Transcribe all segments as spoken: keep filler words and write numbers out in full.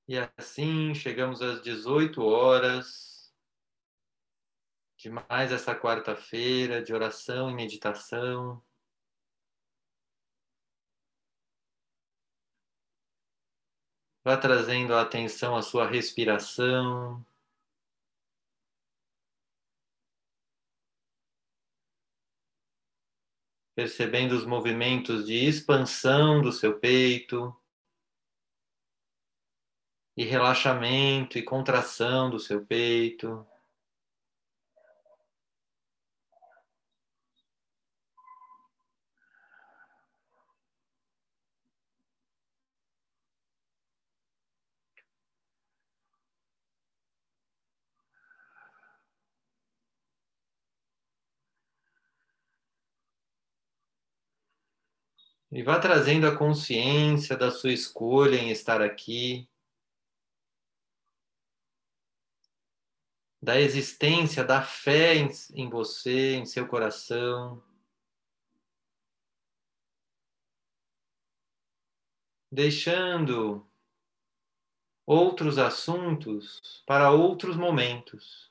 E assim chegamos às dezoito horas de mais essa quarta-feira de oração e meditação. Vá trazendo a atenção à sua respiração. Percebendo os movimentos de expansão do seu peito e relaxamento e contração do seu peito. E vá trazendo a consciência da sua escolha em estar aqui, da existência, da fé em, em você, em seu coração, deixando outros assuntos para outros momentos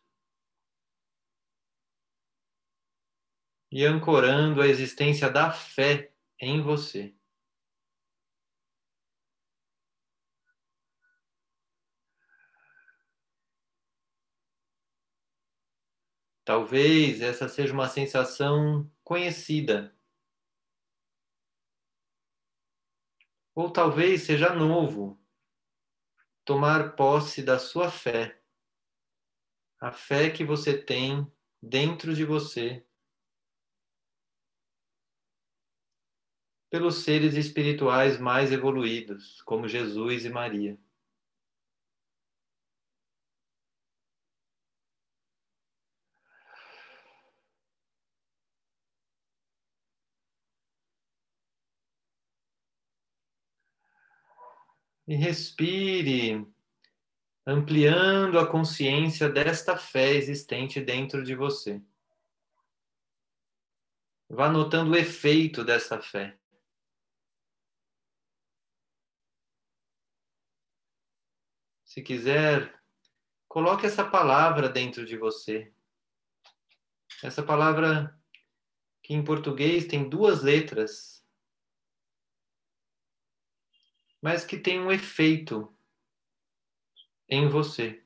e ancorando a existência da fé em você. Talvez essa seja uma sensação conhecida, ou talvez seja novo tomar posse da sua fé, a fé que você tem dentro de você, pelos seres espirituais mais evoluídos, como Jesus e Maria. E respire, ampliando a consciência desta fé existente dentro de você. Vá notando o efeito dessa fé. Se quiser, coloque essa palavra dentro de você. Essa palavra que em português tem duas letras, mas que tem um efeito em você.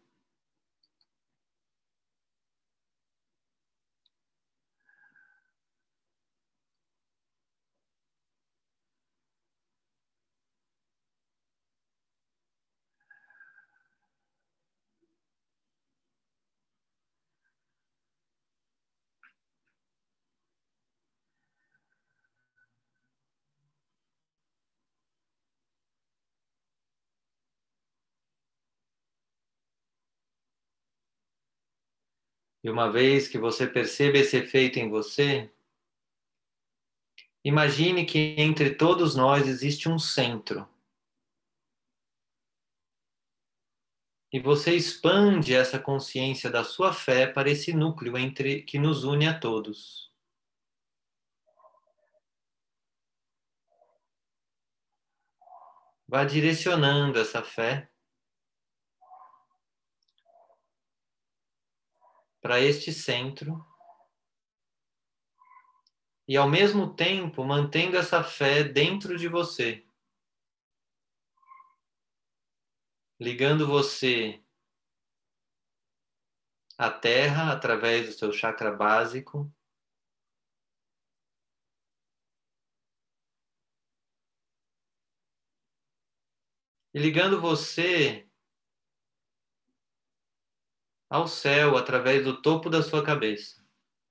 E uma vez que você percebe esse efeito em você, imagine que entre todos nós existe um centro. E você expande essa consciência da sua fé para esse núcleo entre que nos une a todos. Vá direcionando essa fé para este centro e, ao mesmo tempo, mantendo essa fé dentro de você, ligando você à Terra através do seu chakra básico, e ligando você ao céu através do topo da sua cabeça.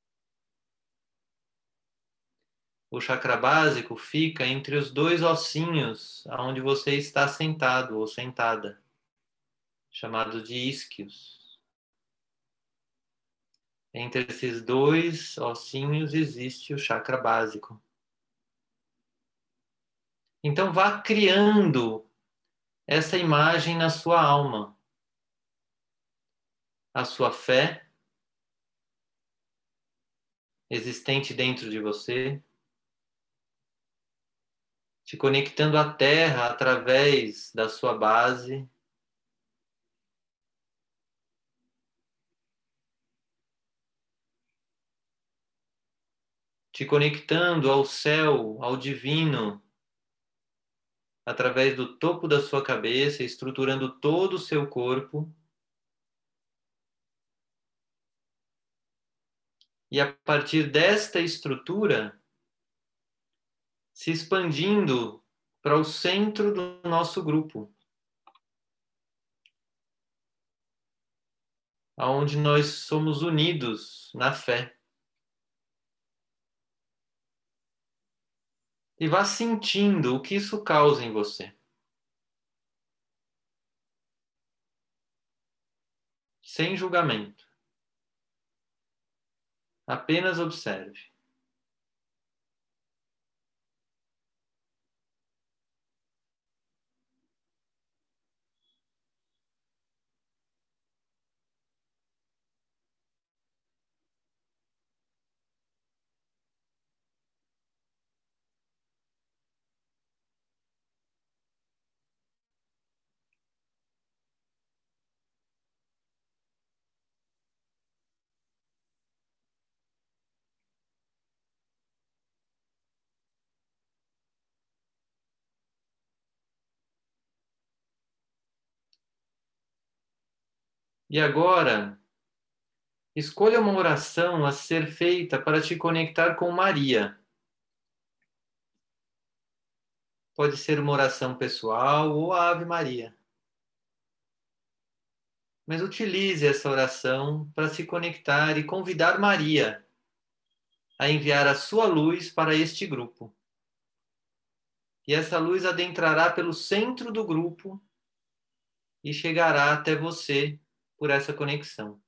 O chakra básico fica entre os dois ossinhos onde você está sentado ou sentada, chamado de isquios. Entre esses dois ossinhos existe o chakra básico. Então vá criando essa imagem na sua alma. A sua fé existente dentro de você, te conectando à Terra através da sua base, te conectando ao céu, ao divino, através do topo da sua cabeça, estruturando todo o seu corpo. E a partir desta estrutura, se expandindo para o centro do nosso grupo, aonde nós somos unidos na fé. E vá sentindo o que isso causa em você. Sem julgamento. Apenas observe. E agora, escolha uma oração a ser feita para te conectar com Maria. Pode ser uma oração pessoal ou a Ave Maria. Mas utilize essa oração para se conectar e convidar Maria a enviar a sua luz para este grupo. E essa luz adentrará pelo centro do grupo e chegará até você por essa conexão.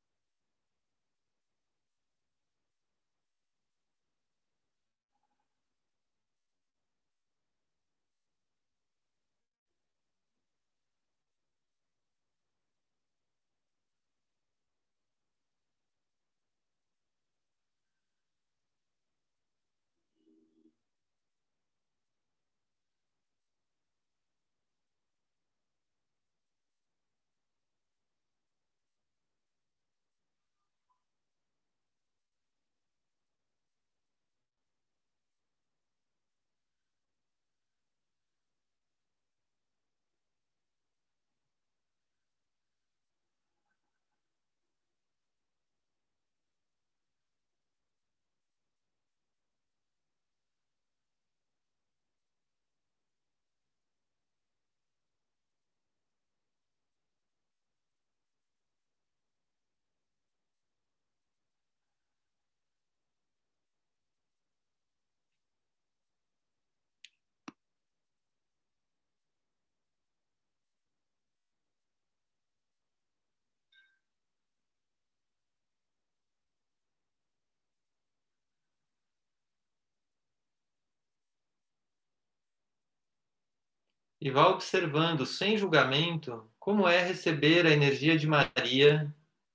E vá observando, sem julgamento, como é receber a energia de Maria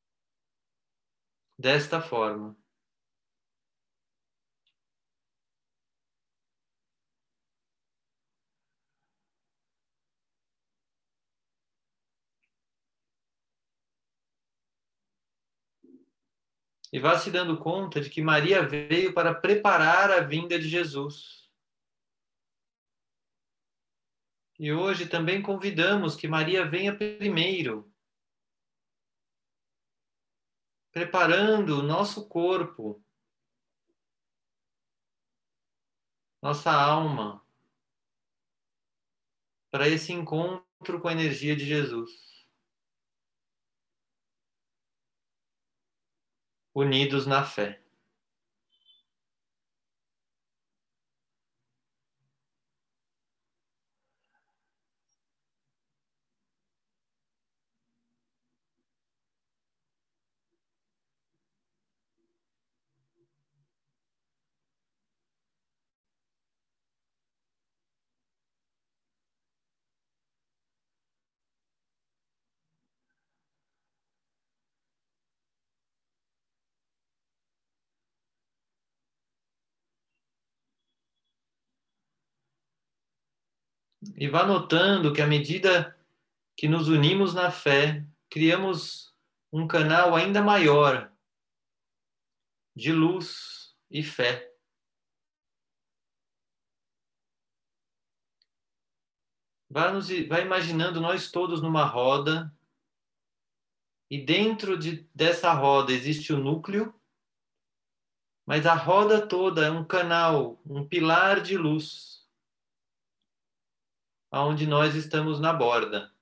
desta forma. E vá se dando conta de que Maria veio para preparar a vinda de Jesus. E hoje também convidamos que Maria venha primeiro, preparando o nosso corpo, nossa alma, para esse encontro com a energia de Jesus. Unidos na fé. E vá notando que à medida que nos unimos na fé, criamos um canal ainda maior de luz e fé. Vá, nos, vá imaginando nós todos numa roda, e dentro de, dessa roda existe o núcleo, mas a roda toda é um canal, um pilar de luz, onde nós estamos na borda.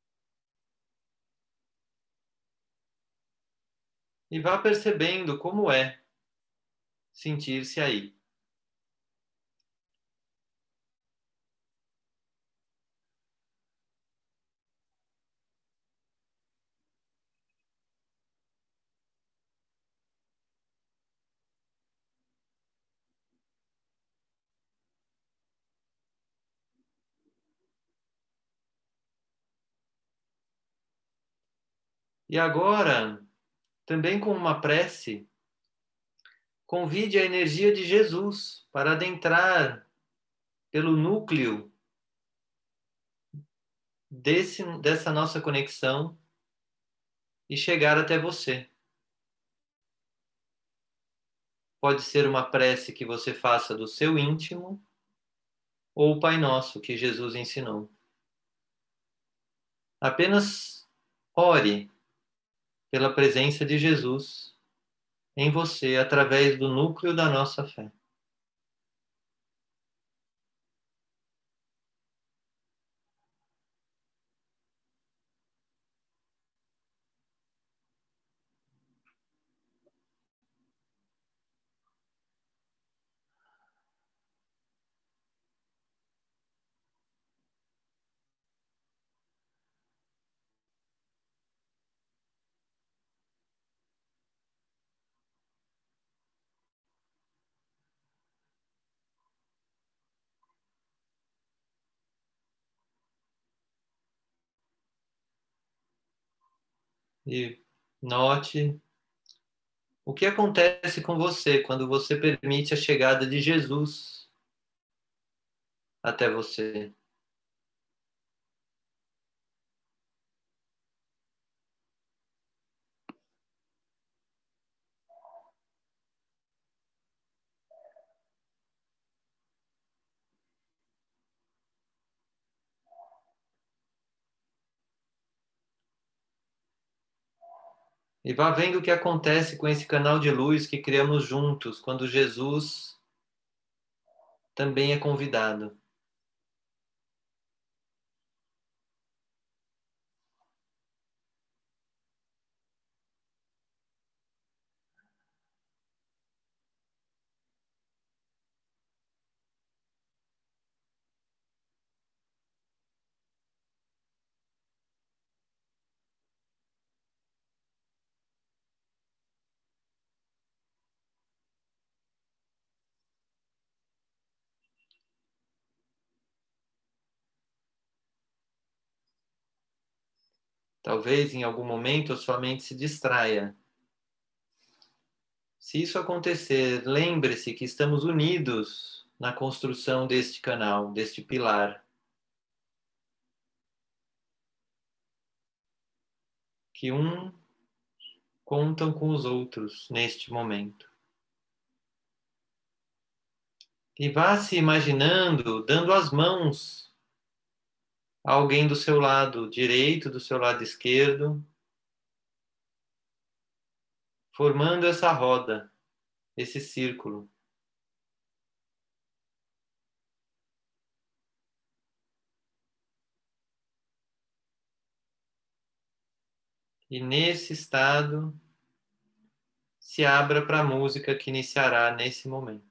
E vá percebendo como é sentir-se aí. E agora, também com uma prece, convide a energia de Jesus para adentrar pelo núcleo desse, dessa nossa conexão e chegar até você. Pode ser uma prece que você faça do seu íntimo ou o Pai Nosso que Jesus ensinou. Apenas ore pela presença de Jesus em você através do núcleo da nossa fé. E note o que acontece com você quando você permite a chegada de Jesus até você. E vá vendo o que acontece com esse canal de luz que criamos juntos, quando Jesus também é convidado. Talvez em algum momento a sua mente se distraia. Se isso acontecer, lembre-se que estamos unidos na construção deste canal, deste pilar, que um contam com os outros neste momento. E vá se imaginando dando as mãos a alguém do seu lado direito, do seu lado esquerdo, formando essa roda, esse círculo. E nesse estado, se abra para a música que iniciará nesse momento.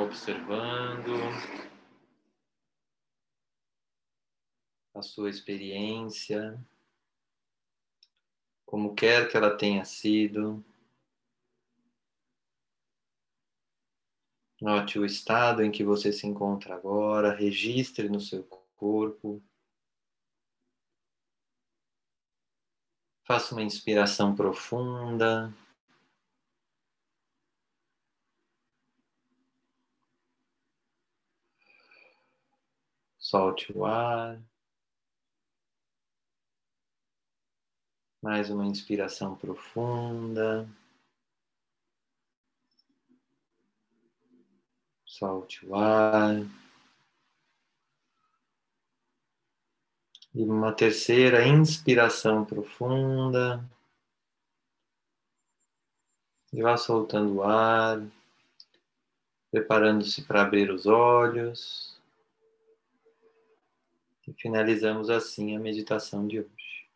observando a sua experiência, como quer que ela tenha sido. Note o estado em que você se encontra agora, registre no seu corpo. Faça uma inspiração profunda. Solte o ar. Mais uma inspiração profunda. Solte o ar. E uma terceira inspiração profunda. E vá soltando o ar, preparando-se para abrir os olhos. E finalizamos assim a meditação de hoje.